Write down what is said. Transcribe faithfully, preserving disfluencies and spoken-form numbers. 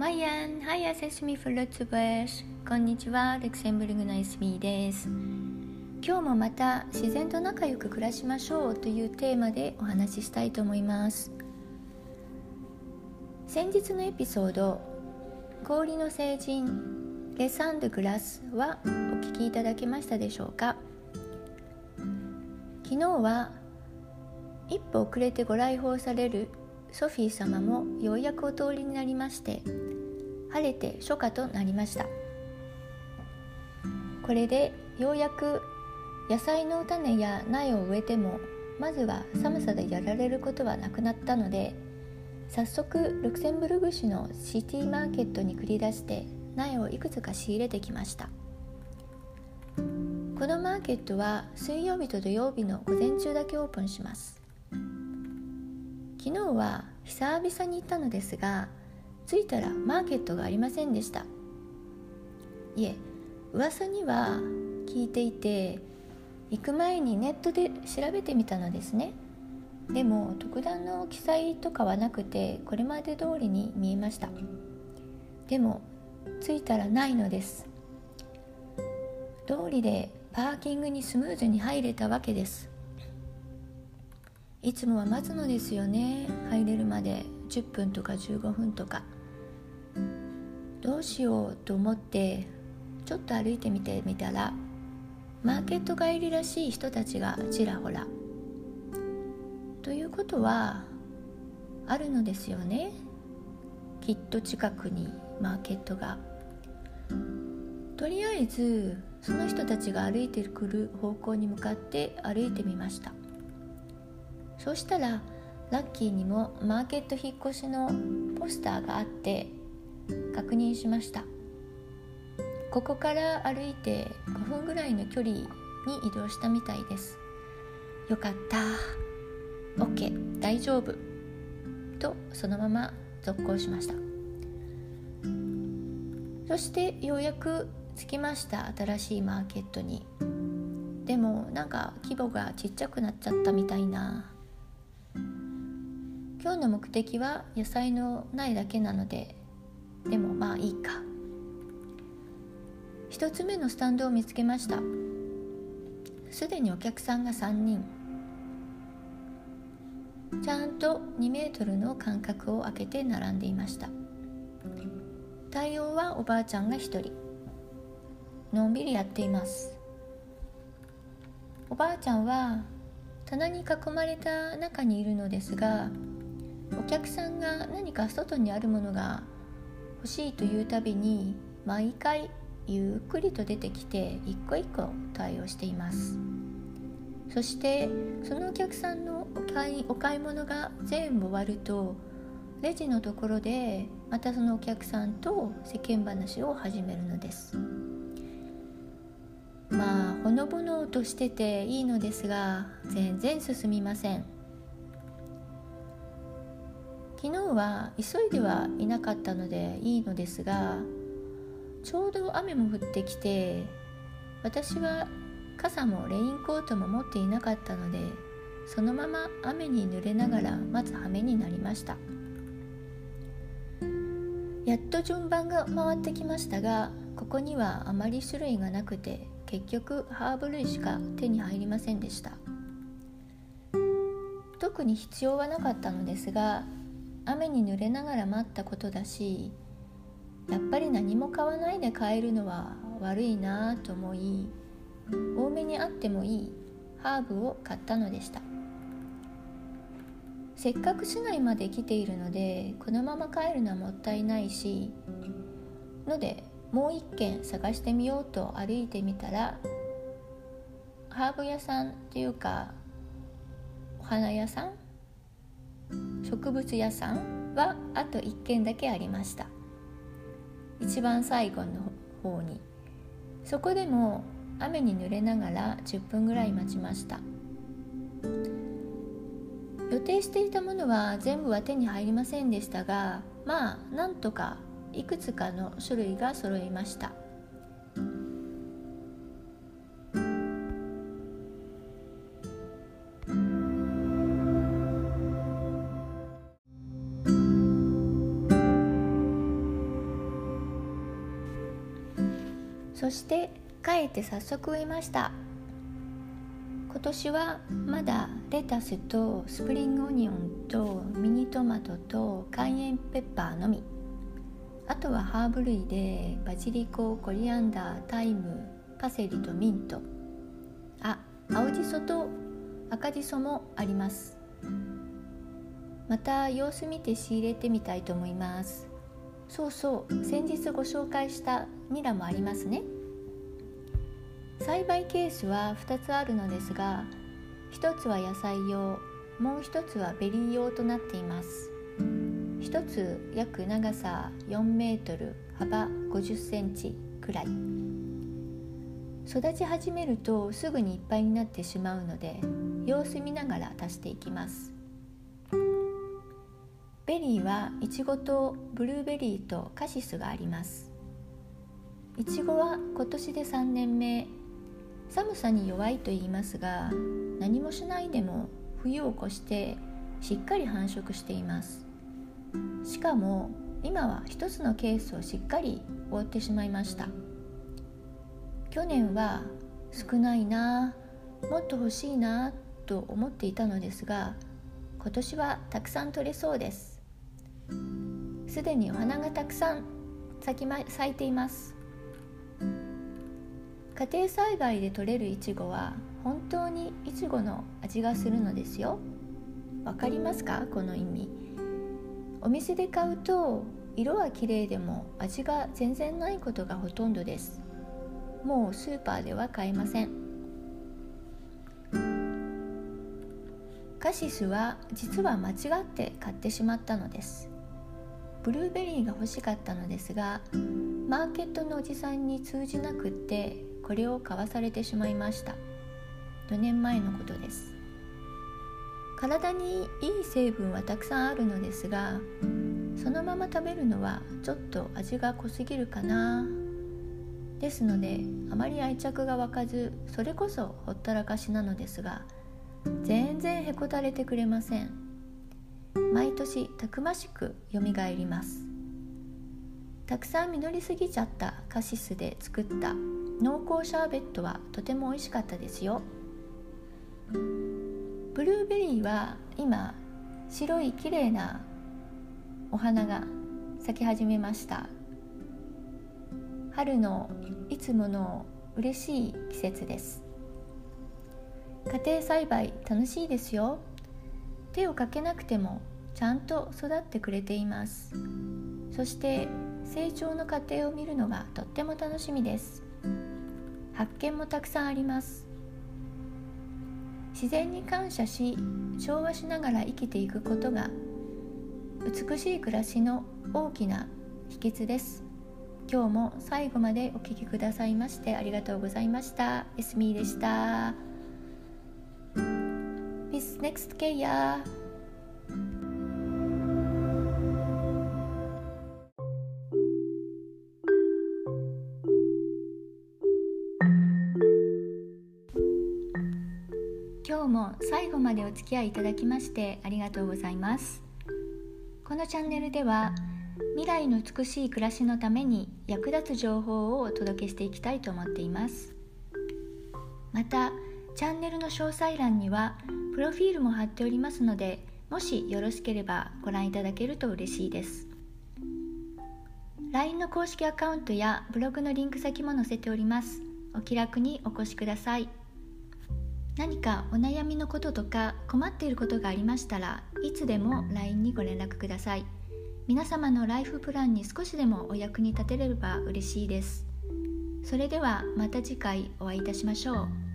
マイアン、ハイアセスミフルツブエシ。こんにちは、ルクセンブルクのエスミーです。今日もまた自然と仲良く暮らしましょうというテーマでお話ししたいと思います。先日のエピソード、氷の聖人レサンド・グラスはお聞きいただけましたでしょうか。昨日は一歩遅れてご来訪されるソフィー様もようやくお通りになりまして、晴れて初夏となりました。これでようやく野菜の種や苗を植えてもまずは寒さでやられることはなくなったので、早速ルクセンブルグ市のシティマーケットに繰り出して苗をいくつか仕入れてきました。このマーケットは水曜日と土曜日の午前中だけオープンします。昨日は久々に行ったのですが、着いたらマーケットがありませんでした。いえ、噂には聞いていて、行く前にネットで調べてみたのですね。でも特段の記載とかはなくて、これまで通りに見えました。でも着いたらないのです。通りでパーキングにスムーズに入れたわけです。いつもは待つのですよね。入れるまでじゅっぷんとかじゅうごふんとか。どうしようと思ってちょっと歩いてみてみたら、マーケット帰りらしい人たちがちらほら。ということはあるのですよね。きっと近くにマーケットが。とりあえずその人たちが歩いてくる方向に向かって歩いてみました。そうしたらラッキーにもマーケット引っ越しのポスターがあって確認しました。ここから歩いてごふんぐらいの距離に移動したみたいです。よかった、 OK、 大丈夫とそのまま続行しました。そしてようやく着きました。新しいマーケットに。でもなんか規模がちっちゃくなっちゃったみたいな。今日の目的は野菜の苗だけなので、でもまあいいか。一つ目のスタンドを見つけました。すでにお客さんがさんにん。ちゃんとにメートルの間隔を空けて並んでいました。対応はおばあちゃんがひとり。のんびりやっています。おばあちゃんは棚に囲まれた中にいるのですが、お客さんが何か外にあるものが欲しいというたびに毎回ゆっくりと出てきて一個一個対応しています。そしてそのお客さんのお買い、お買い物が全部終わると、レジのところでまたそのお客さんと世間話を始めるのです。まあほのぼのとしてていいのですが、全然進みません。昨日は急いではいなかったのでいいのですが、ちょうど雨も降ってきて、私は傘もレインコートも持っていなかったので、そのまま雨に濡れながら待つ羽目になりました。やっと順番が回ってきましたが、ここにはあまり種類がなくて、結局ハーブ類しか手に入りませんでした。特に必要はなかったのですが、雨に濡れながら待ったことだし、やっぱり何も買わないで帰るのは悪いなと思い、多めにあってもいいハーブを買ったのでした。せっかく市内まで来ているので、このまま帰るのはもったいないしので、もう一軒探してみようと歩いてみたら、ハーブ屋さんっていうかお花屋さん、植物屋さんはあと一軒だけありました。一番最後の方に。そこでも雨に濡れながらじゅっぷんぐらい待ちました。予定していたものは全部は手に入りませんでしたが、まあなんとかいくつかの種類が揃いました。 そして帰って早速植えました。今年はまだレタスとスプリングオニオンとミニトマトとカイエンペッパーのみ。あとはハーブ類でバジリコ、コリアンダー、タイム、パセリとミント。あ、青じそと赤じそもあります。また様子見て仕入れてみたいと思います。そうそう、先日ご紹介したニラもありますね。栽培ケースはふたつあるのですが、ひとつは野菜用、もうひとつはベリー用となっています。ひとつ約長さよんメートル、幅ごじゅっセンチくらい。育ち始めるとすぐにいっぱいになってしまうので、様子見ながら足していきます。ベリーはイチゴとブルーベリーとカシスがあります。イチゴは今年でさんねんめ。寒さに弱いと言いますが、何もしないでも冬を越してしっかり繁殖しています。しかも今は一つのケースをしっかり覆ってしまいました。去年は少ないな、もっと欲しいなと思っていたのですが、今年はたくさん取れそうです。すでにお花がたくさん 咲き、ま、咲いています。家庭栽培で採れるイチゴは本当にイチゴの味がするのですよ。わかりますか、この意味。お店で買うと色は綺麗でも味が全然ないことがほとんどです。もうスーパーでは買えません。カシスは実は間違って買ってしまったのです。ブルーベリーが欲しかったのですが、マーケットのおじさんに通じなくってこれを買わされてしまいました。よねんまえのことです。体にいい成分はたくさんあるのですが、そのまま食べるのはちょっと味が濃すぎるかな。ですのであまり愛着が湧かず、それこそほったらかしなのですが、全然へこたれてくれません。毎年たくましくよみがえります。たくさん実りすぎちゃったカシスで作った濃厚シャーベットはとても美味しかったですよ。ブルーベリーは今白いきれいなお花が咲き始めました。春のいつもの嬉しい季節です。家庭栽培楽しいですよ。手をかけなくてもちゃんと育ってくれています。そして成長の過程を見るのがとっても楽しみです。発見もたくさんあります。自然に感謝し、調和しながら生きていくことが美しい暮らしの大きな秘訣です。今日も最後までお聞きくださいましてありがとうございました。エスミーでした。Bis next year. 今日も最後までお付き合いいただきましてありがとうございます。このチャンネルでは未来の美しい暮らしのために役立つ情報をお届けしていきたいと思っています。またチャンネルの詳細欄にはプロフィールも貼っておりますので、もしよろしければご覧いただけると嬉しいです。 ライン の公式アカウントやブログのリンク先も載せております。お気楽にお越しください。何かお悩みのこととか困っていることがありましたらいつでも ライン にご連絡ください。皆様のライフプランに少しでもお役に立てれば嬉しいです。それではまた次回お会いいたしましょう。